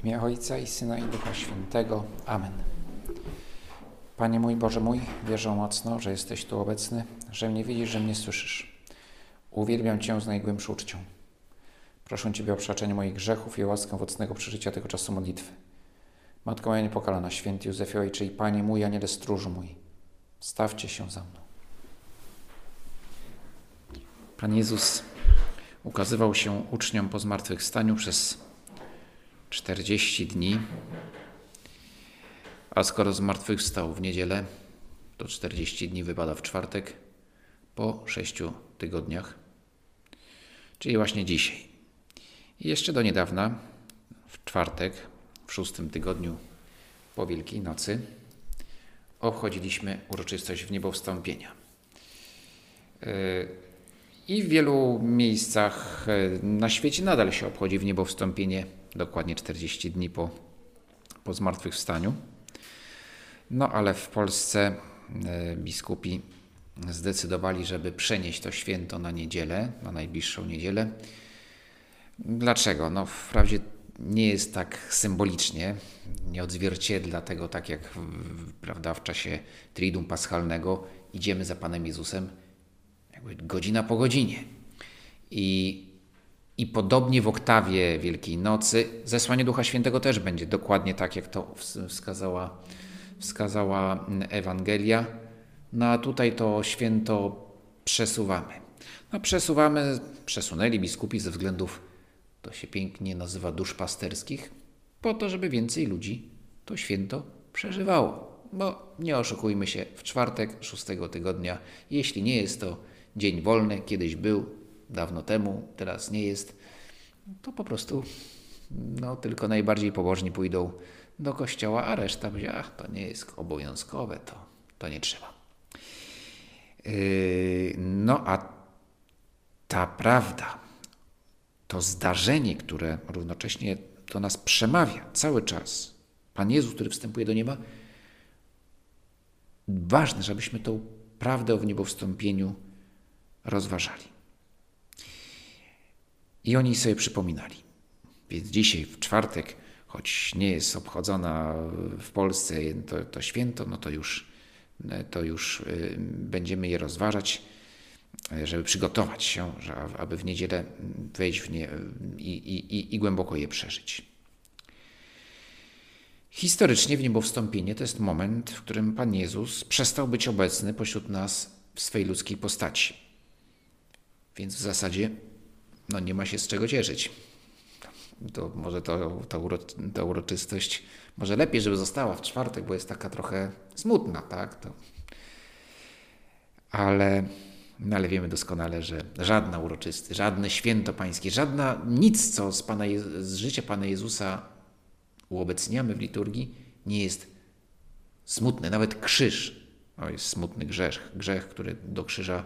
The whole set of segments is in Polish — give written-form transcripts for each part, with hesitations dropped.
W imię Ojca i Syna i Ducha Świętego. Amen. Panie mój, Boże mój, wierzę mocno, że jesteś tu obecny, że mnie widzisz, że mnie słyszysz. Uwielbiam Cię z najgłębszą uczcią. Proszę Ciebie o przebaczenie moich grzechów i o łaskę owocnego przeżycia tego czasu modlitwy. Matko moja niepokalana, święty Józefie Ojcze i Panie mój, Aniele stróżu mój, stawcie się za mną. Pan Jezus ukazywał się uczniom po zmartwychwstaniu przez 40 dni, a skoro zmartwychwstał w niedzielę, to 40 dni wypada w czwartek po 6 tygodniach, czyli właśnie dzisiaj. I jeszcze do niedawna, w czwartek, w 6 tygodniu po Wielkiej Nocy, obchodziliśmy uroczystość wniebowstąpienia. I w wielu miejscach na świecie nadal się obchodzi wniebowstąpienie dokładnie 40 dni po zmartwychwstaniu. No ale w Polsce biskupi zdecydowali, żeby przenieść to święto na niedzielę, na najbliższą niedzielę. Dlaczego? No wprawdzie nie jest tak symbolicznie, nie odzwierciedla tego tak jak prawda, w czasie Triduum Paschalnego idziemy za Panem Jezusem jakby godzina po godzinie. I podobnie w oktawie Wielkiej Nocy zesłanie Ducha Świętego też będzie dokładnie tak, jak to wskazała Ewangelia. No a tutaj to święto przesuwamy. No przesunęli biskupi ze względów, to się pięknie nazywa duszpasterskich, po to, żeby więcej ludzi to święto przeżywało. Bo nie oszukujmy się, w czwartek 6 tygodnia, jeśli nie jest to dzień wolny, kiedyś był, dawno temu, teraz nie jest, to po prostu tylko najbardziej pobożni pójdą do kościoła, a reszta będzie, to nie jest obowiązkowe, to nie trzeba. No a ta prawda, to zdarzenie, które równocześnie do nas przemawia cały czas, Pan Jezus, który wstępuje do nieba, ważne, żebyśmy tą prawdę o wniebowstąpieniu rozważali. I oni sobie przypominali. Więc dzisiaj, w czwartek, choć nie jest obchodzona w Polsce to święto, no to już będziemy je rozważać, żeby przygotować się, aby w niedzielę wejść w nie i głęboko je przeżyć. Historycznie wniebowstąpienie to jest moment, w którym Pan Jezus przestał być obecny pośród nas w swej ludzkiej postaci. Więc w zasadzie nie ma się z czego cieszyć. To może ta uroczystość może lepiej, żeby została w czwartek, bo jest taka trochę smutna, tak? Ale wiemy doskonale, że żadna uroczystość, żadne święto pańskie, nic, co z życia Pana Jezusa uobecniamy w liturgii, nie jest smutne. Nawet krzyż to jest smutny grzech, który do krzyża,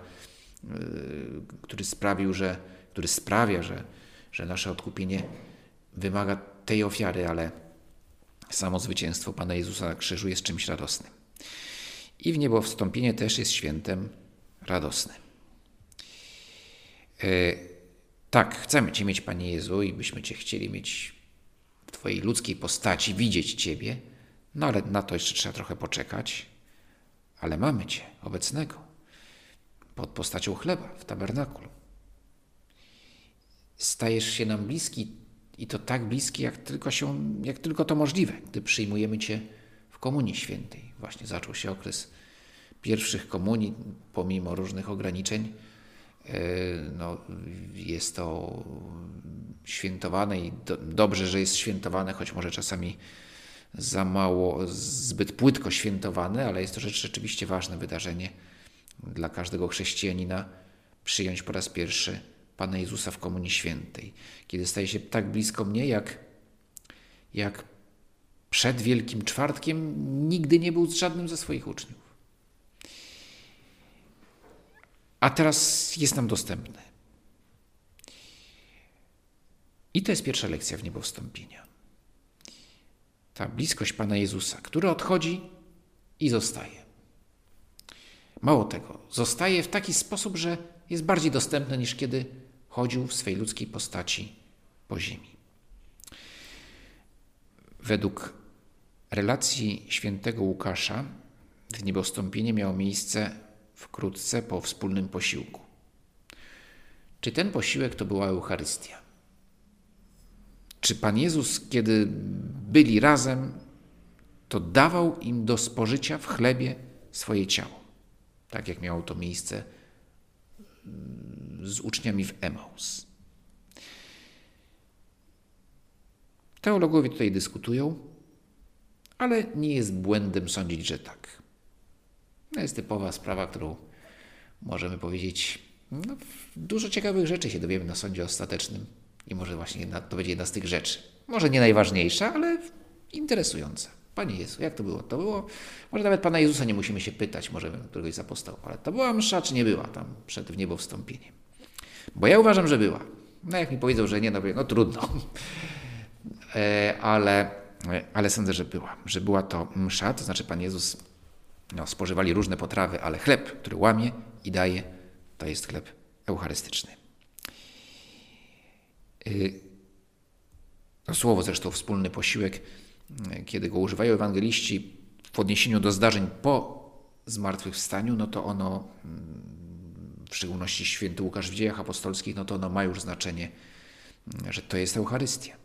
który sprawia, że nasze odkupienie wymaga tej ofiary, ale samo zwycięstwo Pana Jezusa na krzyżu jest czymś radosnym. I wniebowstąpienie też jest świętem radosnym. Tak, chcemy Cię mieć, Panie Jezu, i byśmy Cię chcieli mieć w Twojej ludzkiej postaci, widzieć Ciebie, ale na to jeszcze trzeba trochę poczekać. Ale mamy Cię obecnego pod postacią chleba w tabernakulum. Stajesz się nam bliski i to tak bliski, jak tylko to możliwe, gdy przyjmujemy Cię w Komunii Świętej. Właśnie zaczął się okres pierwszych komunii, pomimo różnych ograniczeń. Jest to świętowane i dobrze, że jest świętowane, choć może czasami za mało, zbyt płytko świętowane, ale jest to rzeczywiście ważne wydarzenie dla każdego chrześcijanina przyjąć po raz pierwszy Pana Jezusa w Komunii Świętej. Kiedy staje się tak blisko mnie, jak przed Wielkim Czwartkiem nigdy nie był z żadnym ze swoich uczniów. A teraz jest nam dostępny. I to jest pierwsza lekcja wniebowstąpienia. Ta bliskość Pana Jezusa, który odchodzi i zostaje. Mało tego, zostaje w taki sposób, że jest bardziej dostępny niż kiedy chodził w swej ludzkiej postaci po ziemi. Według relacji świętego Łukasza zniebostąpienie miało miejsce wkrótce po wspólnym posiłku. Czy ten posiłek to była Eucharystia? Czy Pan Jezus, kiedy byli razem, to dawał im do spożycia w chlebie swoje ciało? Tak jak miało to miejsce z uczniami w Emaus. Teologowie tutaj dyskutują, ale nie jest błędem sądzić, że tak. To jest typowa sprawa, którą możemy powiedzieć, dużo ciekawych rzeczy się dowiemy na sądzie ostatecznym i może właśnie to będzie jedna z tych rzeczy. Może nie najważniejsza, ale interesująca. Panie Jezu, jak to było? To było, może nawet Pana Jezusa nie musimy się pytać, może któregoś z apostołów, ale to była msza, czy nie była tam przed w niebo wstąpieniem? Bo ja uważam, że była. No jak mi powiedzą, że nie, no trudno. Ale sądzę, że była to msza, to znaczy Pan Jezus spożywali różne potrawy, ale chleb, który łamie i daje, to jest chleb eucharystyczny. To słowo zresztą wspólny posiłek, kiedy go używają ewangeliści w odniesieniu do zdarzeń po zmartwychwstaniu, no to ono, w szczególności święty Łukasz w Dziejach Apostolskich, no to ono ma już znaczenie, że to jest Eucharystia.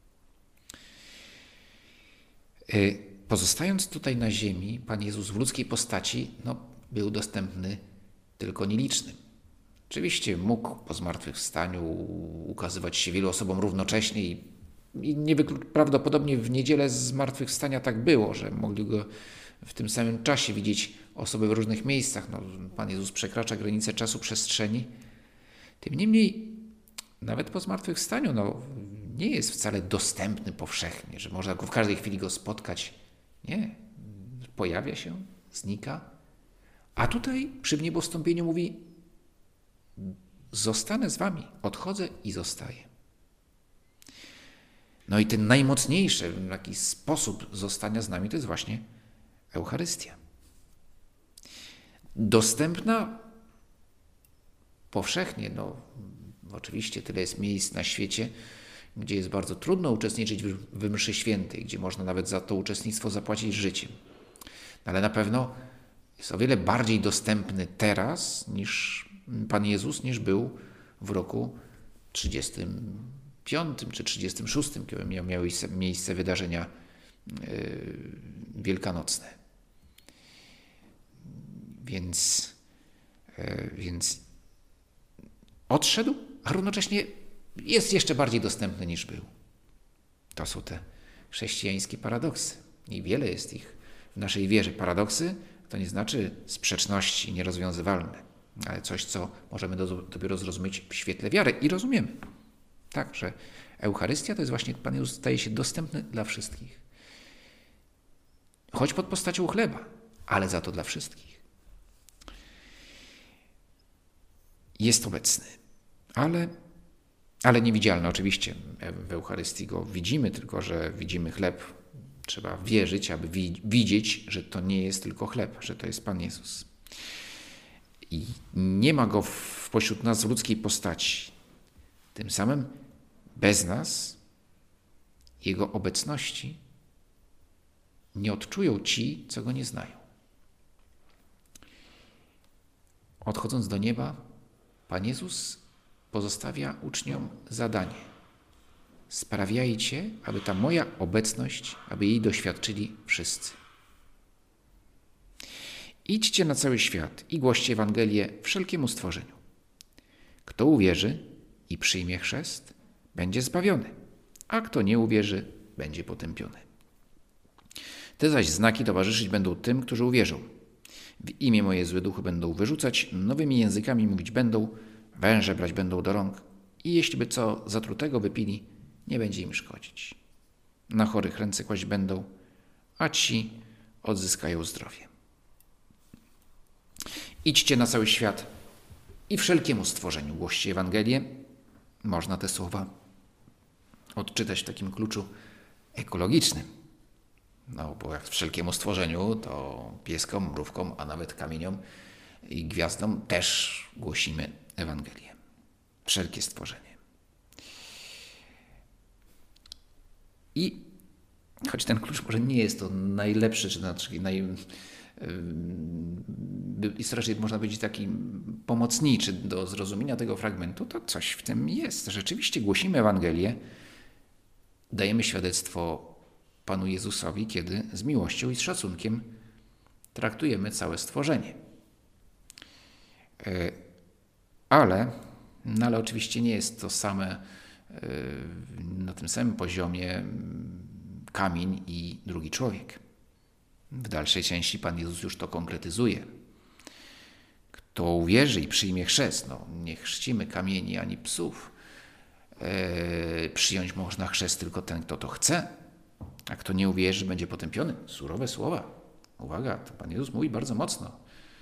Pozostając tutaj na ziemi, Pan Jezus w ludzkiej postaci był dostępny tylko nielicznym. Oczywiście mógł po zmartwychwstaniu ukazywać się wielu osobom równocześnie i prawdopodobnie w niedzielę zmartwychwstania tak było, że mogli go w tym samym czasie widzieć osoby w różnych miejscach. Pan Jezus przekracza granice czasu-przestrzeni. Tym niemniej nawet po zmartwychwstaniu nie jest wcale dostępny powszechnie, że można w każdej chwili go spotkać. Nie. Pojawia się, znika. A tutaj przy wniebostąpieniu mówi: zostanę z wami, odchodzę i zostaję. No i ten najmocniejszy taki sposób zostania z nami to jest właśnie Eucharystia. Dostępna powszechnie, oczywiście tyle jest miejsc na świecie, gdzie jest bardzo trudno uczestniczyć w mszy świętej, gdzie można nawet za to uczestnictwo zapłacić życiem. Ale na pewno jest o wiele bardziej dostępny teraz niż Pan Jezus, niż był w roku 35 czy 36, kiedy miały miejsce wydarzenia wielkanocne. Więc odszedł, a równocześnie jest jeszcze bardziej dostępny niż był. To są te chrześcijańskie paradoksy. I wiele jest ich w naszej wierze. Paradoksy to nie znaczy sprzeczności nierozwiązywalne, ale coś, co możemy dopiero zrozumieć w świetle wiary i rozumiemy. Tak, że Eucharystia to jest właśnie, Pan Jezus staje się dostępny dla wszystkich. Choć pod postacią chleba, ale za to dla wszystkich. Jest obecny, ale niewidzialny. Oczywiście w Eucharystii go widzimy, tylko że widzimy chleb. Trzeba wierzyć, aby widzieć, że to nie jest tylko chleb, że to jest Pan Jezus. I nie ma go pośród nas w ludzkiej postaci. Tym samym bez nas, Jego obecności nie odczują ci, co Go nie znają. Odchodząc do nieba, Pan Jezus pozostawia uczniom zadanie. Sprawiajcie, aby ta moja obecność, aby jej doświadczyli wszyscy. Idźcie na cały świat i głoście Ewangelię wszelkiemu stworzeniu. Kto uwierzy i przyjmie chrzest, będzie zbawiony, a kto nie uwierzy, będzie potępiony. Te zaś znaki towarzyszyć będą tym, którzy uwierzą. W imię moje złe duchy będą wyrzucać, nowymi językami mówić będą, węże brać będą do rąk i jeśli by co zatrutego wypili, nie będzie im szkodzić. Na chorych ręce kłaść będą, a ci odzyskają zdrowie. Idźcie na cały świat i wszelkiemu stworzeniu głoście Ewangelię. Można te słowa odczytać w takim kluczu ekologicznym. Bo jak wszelkiemu stworzeniu, to pieskom, mrówkom, a nawet kamieniom i gwiazdom też głosimy Ewangelię. Wszelkie stworzenie. I choć ten klucz może nie jest to najlepszy, czy znaczy jest raczej, można powiedzieć, taki pomocniczy do zrozumienia tego fragmentu, to coś w tym jest. Rzeczywiście głosimy Ewangelię, dajemy świadectwo Panu Jezusowi, kiedy z miłością i z szacunkiem traktujemy całe stworzenie. Ale oczywiście nie jest to same na tym samym poziomie kamień i drugi człowiek. W dalszej części Pan Jezus już to konkretyzuje. Kto uwierzy i przyjmie chrzest, nie chrzcimy kamieni ani psów. Przyjąć można chrzest tylko ten, kto to chce, a kto nie uwierzy, będzie potępiony. Surowe słowa. Uwaga, to Pan Jezus mówi bardzo mocno.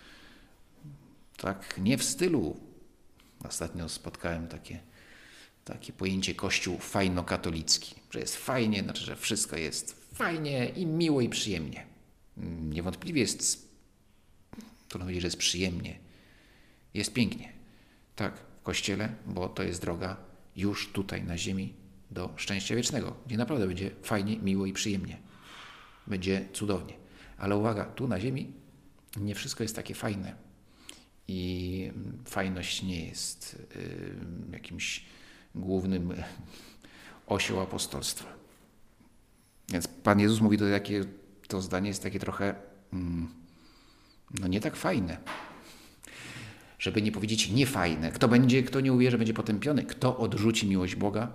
Tak, nie w stylu. Ostatnio spotkałem takie pojęcie Kościół fajno-katolicki, że jest fajnie, znaczy, że wszystko jest fajnie i miło i przyjemnie. Niewątpliwie jest, trudno powiedzieć, że jest przyjemnie. Jest pięknie. Tak, w Kościele, bo to jest droga już tutaj na ziemi do szczęścia wiecznego, gdzie naprawdę będzie fajnie, miło i przyjemnie. Będzie cudownie. Ale uwaga, tu na ziemi nie wszystko jest takie fajne. I fajność nie jest jakimś głównym osią apostolstwa. Więc Pan Jezus mówi, to zdanie jest takie trochę nie tak fajne. Żeby nie powiedzieć niefajne. Kto nie uwierzy, będzie potępiony. Kto odrzuci miłość Boga,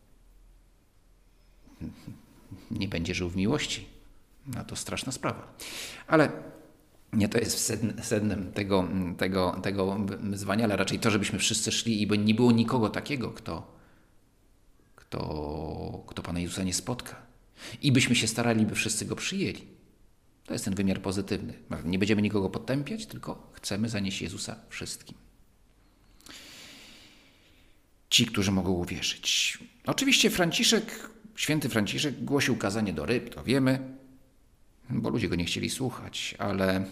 nie będzie żył w miłości. No to straszna sprawa. Ale nie to jest sednem tego wyzwania, ale raczej to, żebyśmy wszyscy szli i by nie było nikogo takiego, kto Pana Jezusa nie spotka. I byśmy się starali, by wszyscy Go przyjęli. To jest ten wymiar pozytywny. Nie będziemy nikogo potępiać, tylko chcemy zanieść Jezusa wszystkim. Ci, którzy mogą uwierzyć. Oczywiście święty Franciszek głosił kazanie do ryb, to wiemy, bo ludzie go nie chcieli słuchać, ale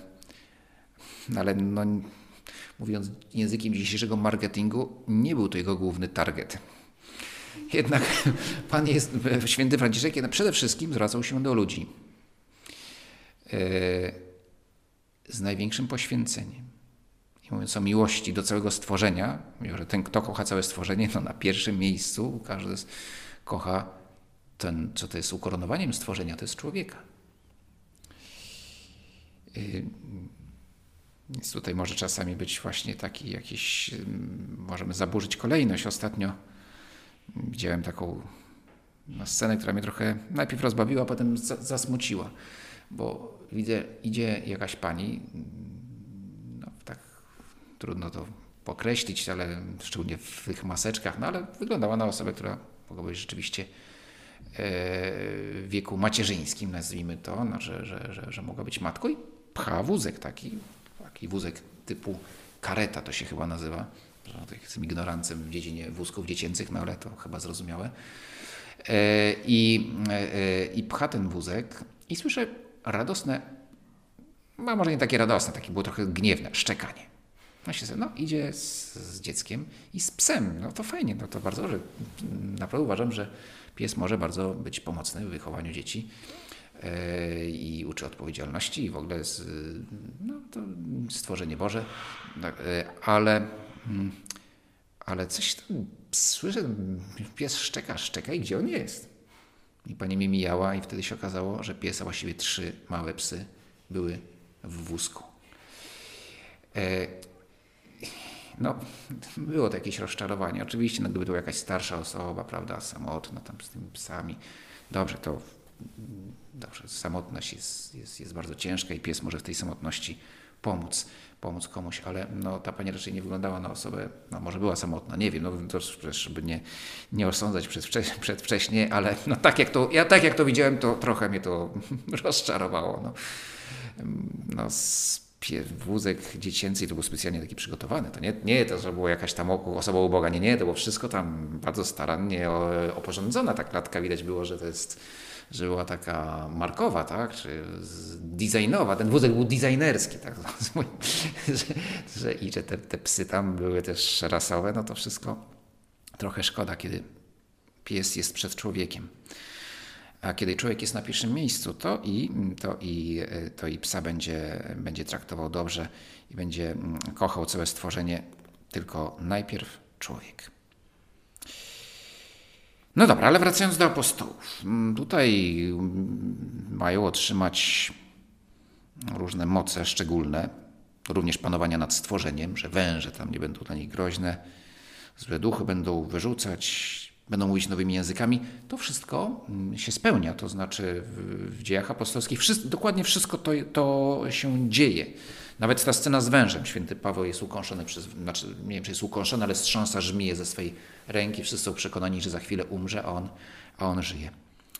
mówiąc językiem dzisiejszego marketingu, nie był to jego główny target. Jednak święty Franciszek przede wszystkim zwracał się do ludzi z największym poświęceniem. I mówiąc o miłości do całego stworzenia, mówił, że ten, kto kocha całe stworzenie, na pierwszym miejscu każdy kocha ten, co to jest ukoronowaniem stworzenia, to jest człowieka. Więc tutaj może czasami być właśnie taki jakiś, możemy zaburzyć kolejność. Ostatnio widziałem taką scenę, która mnie trochę najpierw rozbawiła, a potem zasmuciła, bo widzę, idzie jakaś pani, tak trudno to pokreślić, ale szczególnie w tych maseczkach, ale wyglądała na osobę, która mogła być rzeczywiście w wieku macierzyńskim, nazwijmy to, że mogła być matką i pcha wózek taki wózek typu kareta, to się chyba nazywa. Jestem ignorancem w dziedzinie wózków dziecięcych, ale to chyba zrozumiałe. I pcha ten wózek i słyszę radosne, a może nie takie radosne, takie było trochę gniewne, szczekanie. Idzie z dzieckiem i z psem. To fajnie, to bardzo dobrze. Naprawdę uważam, że pies może bardzo być pomocny w wychowaniu dzieci i uczy odpowiedzialności i w ogóle to stworzenie Boże. Ale coś tam słyszę, pies szczeka i gdzie on jest? I pani mnie mijała i wtedy się okazało, że pies, a właściwie 3 małe psy były w wózku. Było to jakieś rozczarowanie. Oczywiście, gdyby to była jakaś starsza osoba, prawda, samotna tam z tymi psami. Dobrze, samotność jest bardzo ciężka i pies może w tej samotności pomóc komuś, ale ta pani raczej nie wyglądała na osobę, może była samotna, nie wiem, to żeby nie osądzać przedwcześnie, ale tak jak to widziałem, to trochę mnie to rozczarowało. Wózek dziecięcy to był specjalnie taki przygotowany. To nie to, że było jakaś tam osoba uboga, nie, to było wszystko tam bardzo starannie oporządzone. Ta klatka widać było, że że była taka markowa, tak, czy designowa. Ten wózek był designerski, tak, że te psy tam były też rasowe, to wszystko trochę szkoda, kiedy pies jest przed człowiekiem. A kiedy człowiek jest na pierwszym miejscu, to i psa będzie traktował dobrze i będzie kochał całe stworzenie, tylko najpierw człowiek. No dobra, ale wracając do apostołów. Tutaj mają otrzymać różne moce szczególne, również panowania nad stworzeniem, że węże tam nie będą dla nich groźne, złe duchy będą wyrzucać, będą mówić nowymi językami. To wszystko się spełnia, to znaczy w dziejach apostolskich dokładnie wszystko to się dzieje. Nawet ta scena z wężem. Święty Paweł jest ukąszony nie wiem, czy jest ukąszony, ale strząsa żmiję ze swej ręki. Wszyscy są przekonani, że za chwilę umrze, a on żyje.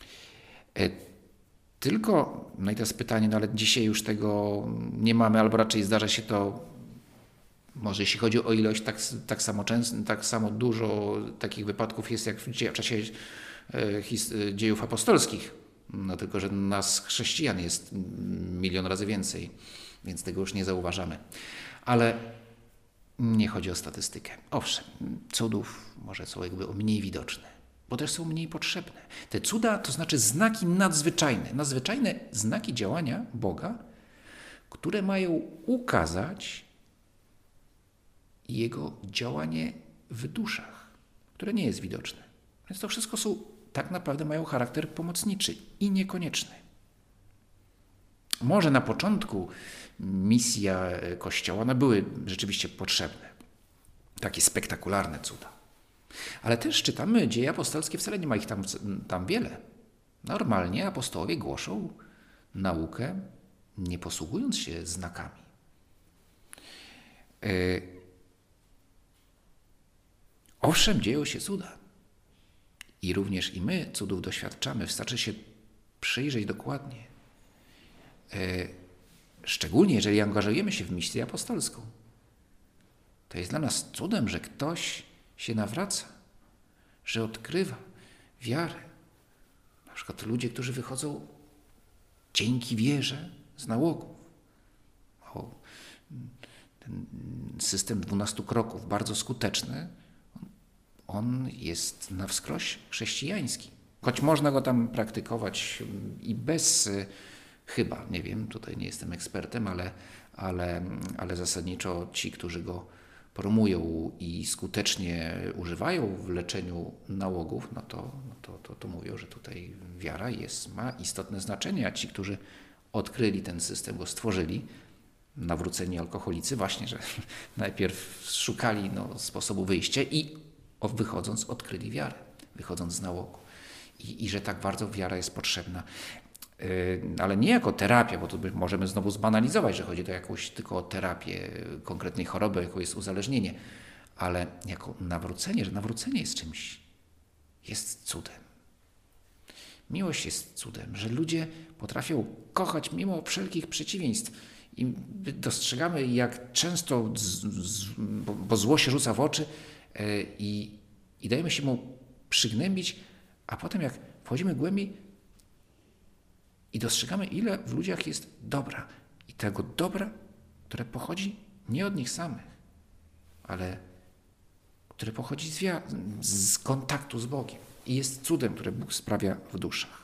Tylko, no i to jest pytanie, no ale dzisiaj już tego nie mamy, albo raczej zdarza się to, może jeśli chodzi o ilość, tak samo dużo takich wypadków jest jak w czasie dziejów apostolskich. No tylko, że nas chrześcijan jest 1 000 000 razy więcej, więc tego już nie zauważamy. Ale nie chodzi o statystykę. Owszem, cudów może są jakby mniej widoczne, bo też są mniej potrzebne. Te cuda to znaczy znaki nadzwyczajne znaki działania Boga, które mają ukazać Jego działanie w duszach, które nie jest widoczne. Więc to wszystko tak naprawdę mają charakter pomocniczy i niekonieczny. Może na początku misja Kościoła były rzeczywiście potrzebne. Takie spektakularne cuda. Ale też czytamy dzieje apostolskie, wcale nie ma ich tam wiele. Normalnie apostołowie głoszą naukę, nie posługując się znakami. Owszem, dzieją się cuda. I również i my cudów doświadczamy. Wystarczy się przyjrzeć dokładnie. Szczególnie jeżeli angażujemy się w misję apostolską. To jest dla nas cudem, że ktoś się nawraca, że odkrywa wiarę. Na przykład ludzie, którzy wychodzą dzięki wierze z nałogów. Ten system 12 kroków, bardzo skuteczny, on jest na wskroś chrześcijański. Choć można go tam praktykować i bez, chyba, nie wiem, tutaj nie jestem ekspertem, ale zasadniczo ci, którzy go promują i skutecznie używają w leczeniu nałogów, to mówią, że tutaj wiara ma istotne znaczenie, a ci, którzy odkryli ten system, go stworzyli, nawróceni alkoholicy, właśnie, że najpierw szukali sposobu wyjścia i wychodząc odkryli wiarę, wychodząc z nałogu. I że tak bardzo wiara jest potrzebna. Ale nie jako terapia, bo tu możemy znowu zbanalizować, że chodzi tylko o terapię konkretnej choroby, jaką jest uzależnienie, ale jako nawrócenie, że nawrócenie jest cudem. Miłość jest cudem, że ludzie potrafią kochać mimo wszelkich przeciwieństw. I dostrzegamy, jak często, bo zło się rzuca w oczy i dajemy się mu przygnębić, a potem jak wchodzimy głębiej i dostrzegamy, ile w ludziach jest dobra. I tego dobra, które pochodzi nie od nich samych, ale które pochodzi z kontaktu z Bogiem. I jest cudem, które Bóg sprawia w duszach.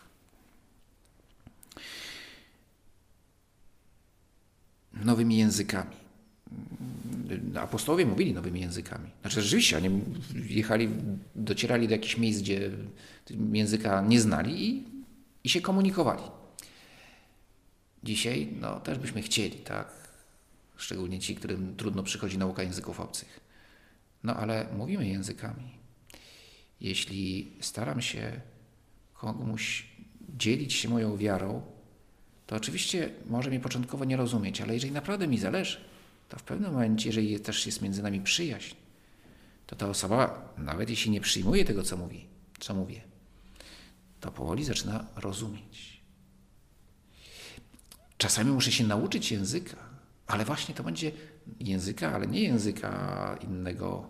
Nowymi językami. Apostołowie mówili nowymi językami. Znaczy rzeczywiście, oni docierali do jakichś miejsc, gdzie języka nie znali i się komunikowali. Dzisiaj też byśmy chcieli, tak? Szczególnie ci, którym trudno przychodzi nauka języków obcych. Ale mówimy językami. Jeśli staram się komuś dzielić się moją wiarą, to oczywiście może mnie początkowo nie rozumieć, ale jeżeli naprawdę mi zależy, to w pewnym momencie, jeżeli też jest między nami przyjaźń, to ta osoba, nawet jeśli nie przyjmuje tego, co mówię, to powoli zaczyna rozumieć. Czasami muszę się nauczyć języka, ale właśnie to będzie języka, ale nie języka innego,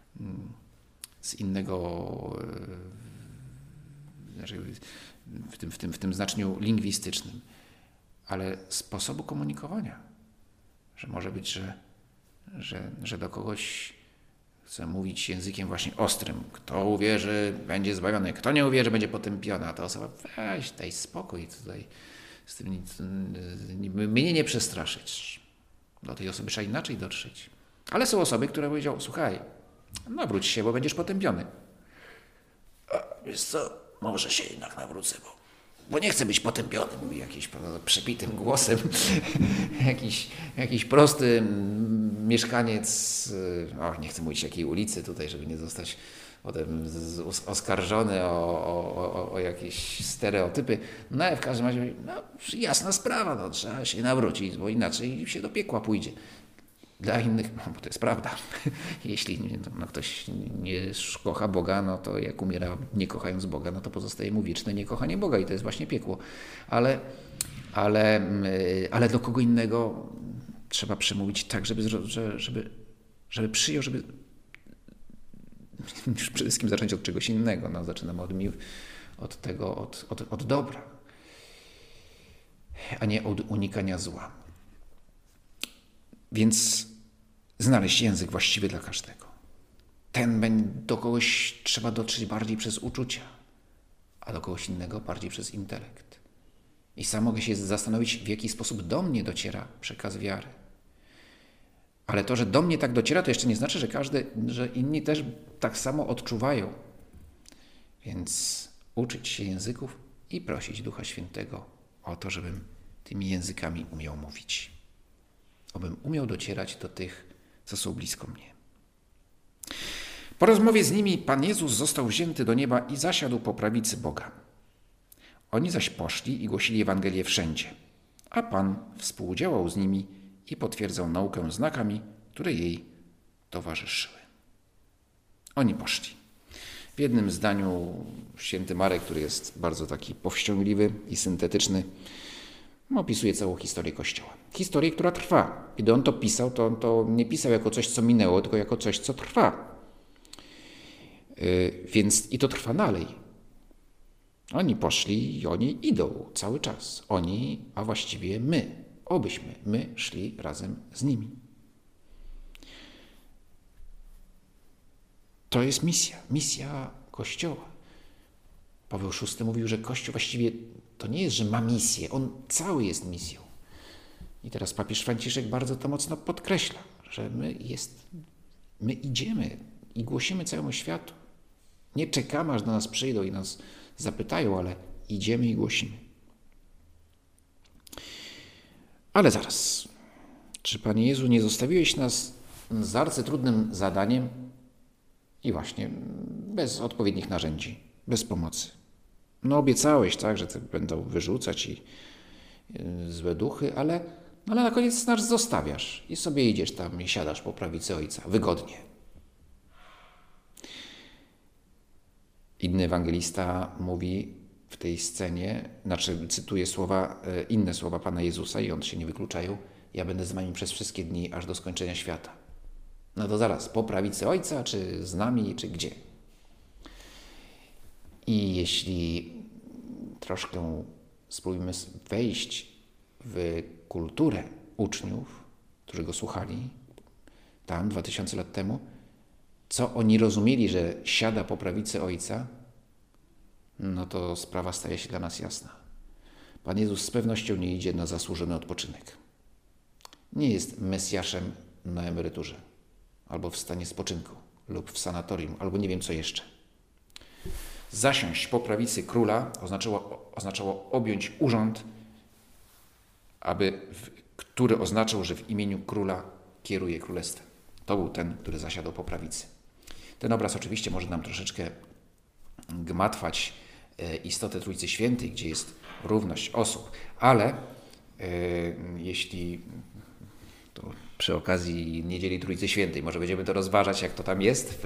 w tym znaczeniu lingwistycznym, ale sposobu komunikowania. Że może być, że do kogoś Chcę mówić językiem właśnie ostrym. Kto uwierzy, będzie zbawiony. Kto nie uwierzy, będzie potępiony. A ta osoba, weź, daj spokój tutaj. Z tym mnie nie przestraszyć. Do tej osoby trzeba inaczej dotrzeć. Ale są osoby, które powiedział, słuchaj, nawróć się, bo będziesz potępiony. A wiesz co, może się jednak nawrócę, bo nie chcę być potępiony, mówi jakiś przepitym głosem, jakiś prosty mieszkaniec, nie chcę mówić jakiej ulicy tutaj, żeby nie zostać potem oskarżony o jakieś stereotypy. No ale w każdym razie, jasna sprawa, trzeba się nawrócić, bo inaczej się do piekła pójdzie. Dla innych, bo to jest prawda, jeśli ktoś nie kocha Boga, to jak umiera nie kochając Boga, to pozostaje mu wieczne niekochanie Boga i to jest właśnie piekło. Ale do kogo innego trzeba przemówić tak, żeby przyjął, żeby już przede wszystkim zacząć od czegoś innego. Zaczynamy od tego, od dobra, a nie od unikania zła. Więc znaleźć język właściwy dla każdego. Do kogoś trzeba dotrzeć bardziej przez uczucia, a do kogoś innego bardziej przez intelekt. I sam mogę się zastanowić, w jaki sposób do mnie dociera przekaz wiary. Ale to, że do mnie tak dociera, to jeszcze nie znaczy, że inni też tak samo odczuwają. Więc uczyć się języków i prosić Ducha Świętego o to, żebym tymi językami umiał mówić. Abym umiał docierać do tych, co są blisko mnie. Po rozmowie z nimi Pan Jezus został wzięty do nieba i zasiadł po prawicy Boga. Oni zaś poszli i głosili Ewangelię wszędzie, a Pan współdziałał z nimi i potwierdzał naukę znakami, które jej towarzyszyły. Oni poszli. W jednym zdaniu święty Marek, który jest bardzo taki powściągliwy i syntetyczny, opisuje całą historię Kościoła. Historię, która trwa. Kiedy on to pisał, to on to nie pisał jako coś, co minęło, tylko jako coś, co trwa. Więc i to trwa dalej. Oni poszli i oni idą cały czas. Oni, a właściwie my szli razem z nimi. To jest misja Kościoła. Paweł VI mówił, że Kościół właściwie to nie jest, że ma misję, on cały jest misją. I teraz papież Franciszek bardzo to mocno podkreśla, że my idziemy i głosimy całemu światu. Nie czekamy, aż do nas przyjdą i nas zapytają, ale idziemy i głosimy. Ale zaraz, czy Panie Jezu, nie zostawiłeś nas z arcytrudnym zadaniem i właśnie bez odpowiednich narzędzi, bez pomocy? Obiecałeś, tak, że będą wyrzucać i złe duchy, ale na koniec nas zostawiasz i sobie idziesz tam i siadasz po prawicy Ojca, wygodnie. Inny ewangelista mówi w tej scenie, cytuje inne słowa Pana Jezusa i one się nie wykluczają. Ja będę z wami przez wszystkie dni, aż do skończenia świata. To zaraz, po prawicy Ojca, czy z nami, czy gdzie? I jeśli troszkę spróbujemy wejść w kulturę uczniów, którzy go słuchali tam 2000 lat temu, co oni rozumieli, że siada po prawicy Ojca, to sprawa staje się dla nas jasna. Pan Jezus z pewnością nie idzie na zasłużony odpoczynek. Nie jest Mesjaszem na emeryturze, albo w stanie spoczynku, lub w sanatorium, albo nie wiem co jeszcze. Zasiąść po prawicy króla oznaczało objąć urząd, który oznaczał, że w imieniu króla kieruje królestwem. To był ten, który zasiadał po prawicy. Ten obraz oczywiście może nam troszeczkę gmatwać istotę Trójcy Świętej, gdzie jest równość osób, ale jeśli to przy okazji Niedzieli Trójcy Świętej, może będziemy to rozważać, jak to tam jest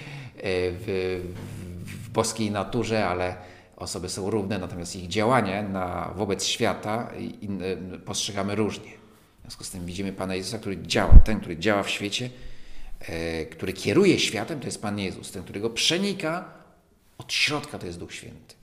w boskiej naturze, ale osoby są równe, natomiast ich działanie wobec świata postrzegamy różnie. W związku z tym widzimy Pana Jezusa, który działa w świecie, który kieruje światem, to jest Pan Jezus. Ten, który go przenika od środka, to jest Duch Święty.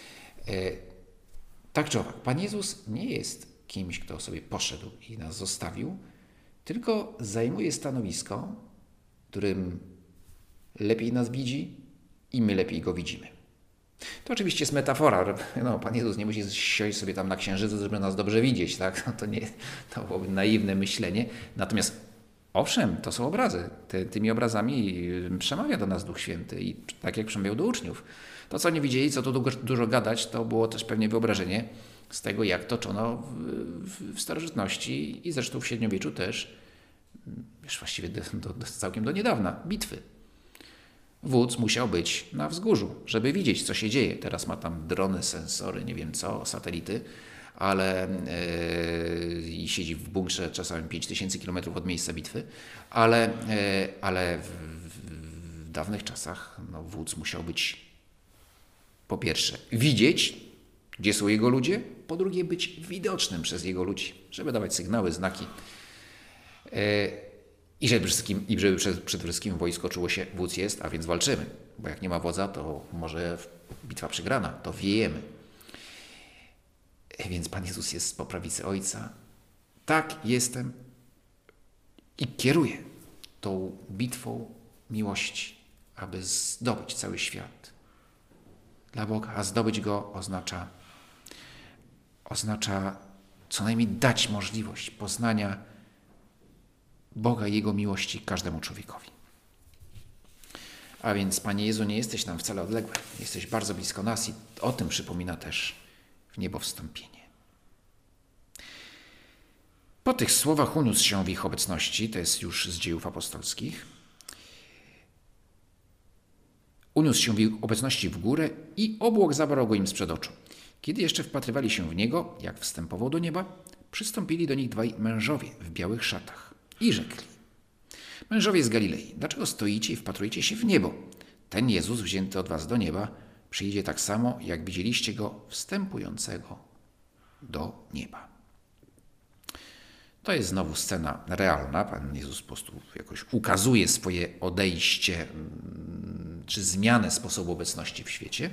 Tak czy owak, Pan Jezus nie jest kimś, kto sobie poszedł i nas zostawił, tylko zajmuje stanowisko, którym lepiej nas widzi i my lepiej Go widzimy. To oczywiście jest metafora. No, Pan Jezus nie musi siąść sobie tam na księżycu, żeby nas dobrze widzieć. Tak? To byłoby naiwne myślenie. Natomiast owszem, to są obrazy. Tymi obrazami przemawia do nas Duch Święty i tak jak przemawiał do uczniów. To, co nie widzieli, co tu dużo gadać, to było też pewnie wyobrażenie z tego, jak toczono w starożytności i zresztą w średniowieczu też, już właściwie całkiem do niedawna, bitwy. Wódz musiał być na wzgórzu, żeby widzieć, co się dzieje. Teraz ma tam drony, sensory, nie wiem co, satelity, ale i siedzi w bunkrze czasami 5000 km od miejsca bitwy, ale w dawnych czasach wódz musiał być po pierwsze widzieć, gdzie są jego ludzie, po drugie być widocznym przez jego ludzi, żeby dawać sygnały, znaki. I żeby przede wszystkim wojsko czuło się, wódz jest, a więc walczymy. Bo jak nie ma wodza, to może bitwa przegrana, to wiejemy. Więc Pan Jezus jest po prawicy Ojca. Tak, jestem i kieruję tą bitwą miłości, aby zdobyć cały świat dla Boga, a zdobyć Go oznacza co najmniej dać możliwość poznania Boga i Jego miłości każdemu człowiekowi. A więc, Panie Jezu, nie jesteś nam wcale odległy. Jesteś bardzo blisko nas i o tym przypomina też w niebo wstąpienie. Po tych słowach uniósł się w ich obecności, to jest już z Dziejów Apostolskich, uniósł się w ich obecności w górę i obłok zabrał go im sprzed oczu. Kiedy jeszcze wpatrywali się w niego, jak wstępował do nieba, przystąpili do nich dwaj mężowie w białych szatach i rzekli: mężowie z Galilei, dlaczego stoicie i wpatrujecie się w niebo? Ten Jezus wzięty od was do nieba przyjdzie tak samo, jak widzieliście go wstępującego do nieba. To jest znowu scena realna. Pan Jezus po prostu jakoś ukazuje swoje odejście czy zmianę sposobu obecności w świecie.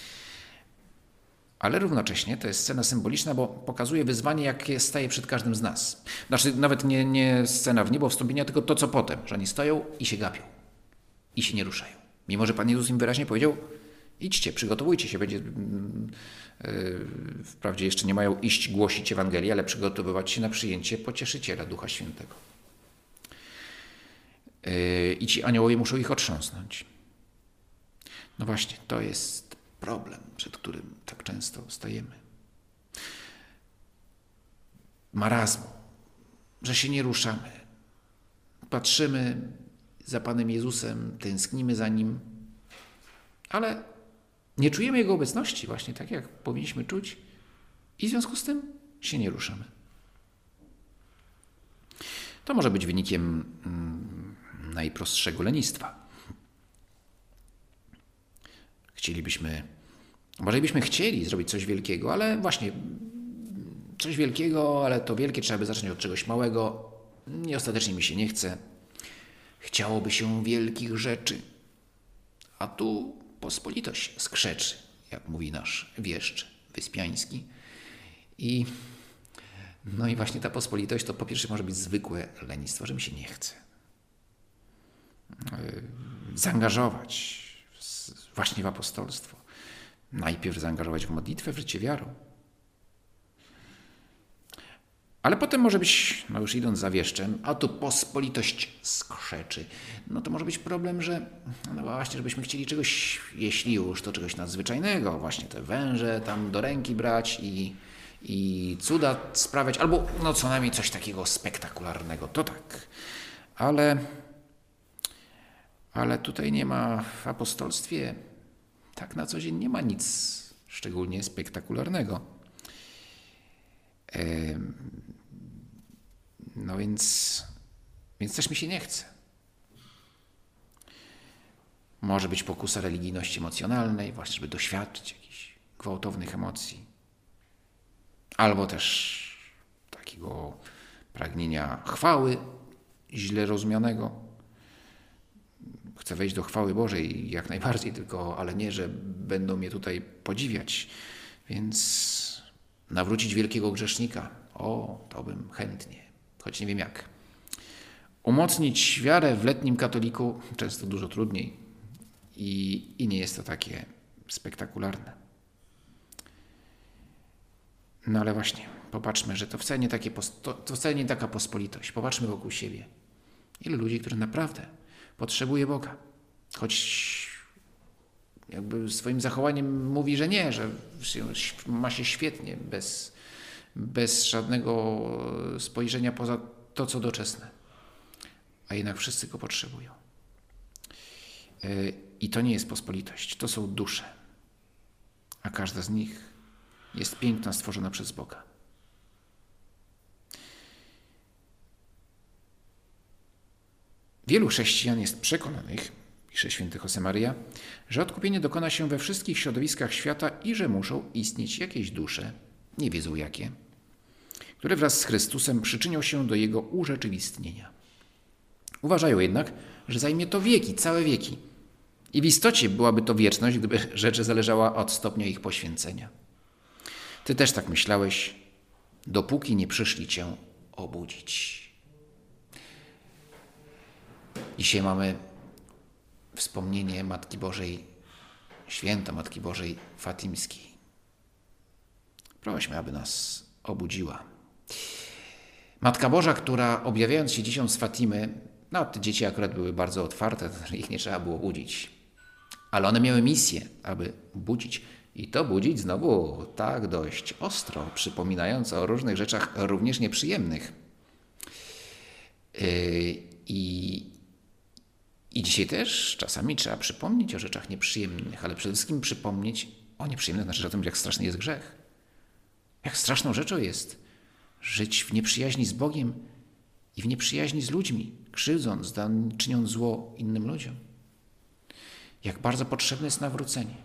Ale równocześnie to jest scena symboliczna, bo pokazuje wyzwanie, jakie staje przed każdym z nas. Znaczy nawet nie scena w niebo wstąpienia, tylko to, co potem, że oni stoją i się gapią. I się nie ruszają. Mimo że Pan Jezus im wyraźnie powiedział: idźcie, przygotowujcie się. Wprawdzie jeszcze nie mają iść głosić Ewangelii, ale przygotowywać się na przyjęcie Pocieszyciela, Ducha Świętego. I ci aniołowie muszą ich otrząsnąć. No właśnie, to jest problem, przed którym tak często stajemy. Marazmu, że się nie ruszamy. Patrzymy za Panem Jezusem, tęsknimy za Nim, ale nie czujemy Jego obecności właśnie tak, jak powinniśmy czuć i w związku z tym się nie ruszamy. To może być wynikiem najprostszego lenistwa. Może byśmy chcieli zrobić coś wielkiego, ale właśnie coś wielkiego, ale to wielkie trzeba by zacząć od czegoś małego. I ostatecznie mi się nie chce. Chciałoby się wielkich rzeczy, a tu pospolitość skrzeczy, jak mówi nasz wieszcz wyspiański. I właśnie ta pospolitość to po pierwsze może być zwykłe lenistwo, że mi się nie chce zaangażować właśnie w apostolstwo. Najpierw zaangażować w modlitwę, w życie wiarą. Ale potem może być, już idąc za wieszczem, a tu pospolitość skrzeczy. To może być problem, że właśnie, żebyśmy chcieli czegoś, jeśli już, to czegoś nadzwyczajnego. Właśnie te węże tam do ręki brać i cuda sprawiać, albo co najmniej coś takiego spektakularnego. To tak. Ale tutaj nie ma w apostolstwie, tak na co dzień nie ma nic szczególnie spektakularnego. Więc też mi się nie chce. Może być pokusa religijności emocjonalnej, właśnie żeby doświadczyć jakichś gwałtownych emocji. Albo też takiego pragnienia chwały, źle rozumianego. Chcę wejść do chwały Bożej jak najbardziej, ale nie, że będą mnie tutaj podziwiać. Więc nawrócić wielkiego grzesznika, to bym chętnie, choć nie wiem jak. Umocnić wiarę w letnim katoliku często dużo trudniej. i nie jest to takie spektakularne. No ale właśnie, popatrzmy, że to wcale nie taka pospolitość. Popatrzmy wokół siebie. Ilu ludzi, którzy naprawdę potrzebuje Boga. Choć jakby swoim zachowaniem mówi, że nie, że ma się świetnie, bez żadnego spojrzenia poza to, co doczesne. A jednak wszyscy go potrzebują. I to nie jest pospolitość, to są dusze. A każda z nich jest piękna, stworzona przez Boga. Wielu chrześcijan jest przekonanych, pisze święty Josemaria, że odkupienie dokona się we wszystkich środowiskach świata i że muszą istnieć jakieś dusze, nie wiedzą jakie, które wraz z Chrystusem przyczynią się do Jego urzeczywistnienia. Uważają jednak, że zajmie to wieki, całe wieki. I w istocie byłaby to wieczność, gdyby rzecz zależała od stopnia ich poświęcenia. Ty też tak myślałeś, dopóki nie przyszli Cię obudzić. Dzisiaj mamy wspomnienie Matki Bożej, święta Matki Bożej Fatimskiej. Prośmy, aby nas obudziła. Matka Boża, która objawiając się dzieciom z Fatimy, te dzieci akurat były bardzo otwarte, ich nie trzeba było budzić. Ale one miały misję, aby budzić. I to budzić znowu tak dość ostro, przypominając o różnych rzeczach również nieprzyjemnych. I dzisiaj też czasami trzeba przypomnieć o rzeczach nieprzyjemnych, ale przede wszystkim przypomnieć o nieprzyjemnych, znaczy o tym, jak straszny jest grzech. Jak straszną rzeczą jest żyć w nieprzyjaźni z Bogiem i w nieprzyjaźni z ludźmi, krzywdząc, czyniąc zło innym ludziom. Jak bardzo potrzebne jest nawrócenie.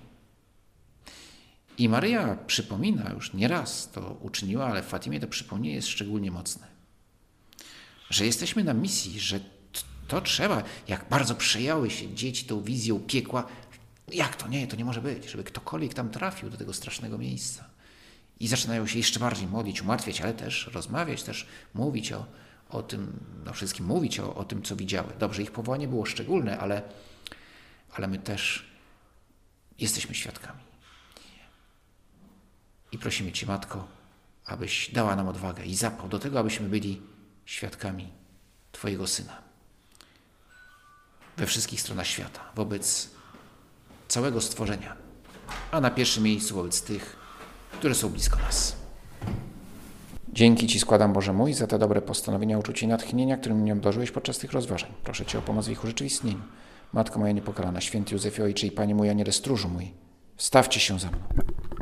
I Maryja przypomina, już nieraz to uczyniła, ale w Fatimie to przypomnienie jest szczególnie mocne. Że jesteśmy na misji, że to trzeba, jak bardzo przejały się dzieci tą wizją piekła, jak to nie, to nie może być, żeby ktokolwiek tam trafił do tego strasznego miejsca. I zaczynają się jeszcze bardziej modlić, umartwiać, ale też rozmawiać, też mówić o tym, wszystkim mówić o tym, co widziały. Dobrze, ich powołanie było szczególne, ale my też jesteśmy świadkami. I prosimy Cię, Matko, abyś dała nam odwagę i zapał do tego, abyśmy byli świadkami Twojego Syna. We wszystkich stronach świata, wobec całego stworzenia, a na pierwszym miejscu wobec tych, które są blisko nas. Dzięki Ci składam, Boże mój, za te dobre postanowienia, uczucie i natchnienia, którym mnie obdarzyłeś podczas tych rozważań. Proszę Cię o pomoc w ich urzeczywistnieniu. Matko moja niepokalana, święty Józefie, Ojcze i Panie mój, Aniele stróżu mój, wstawcie się za mną.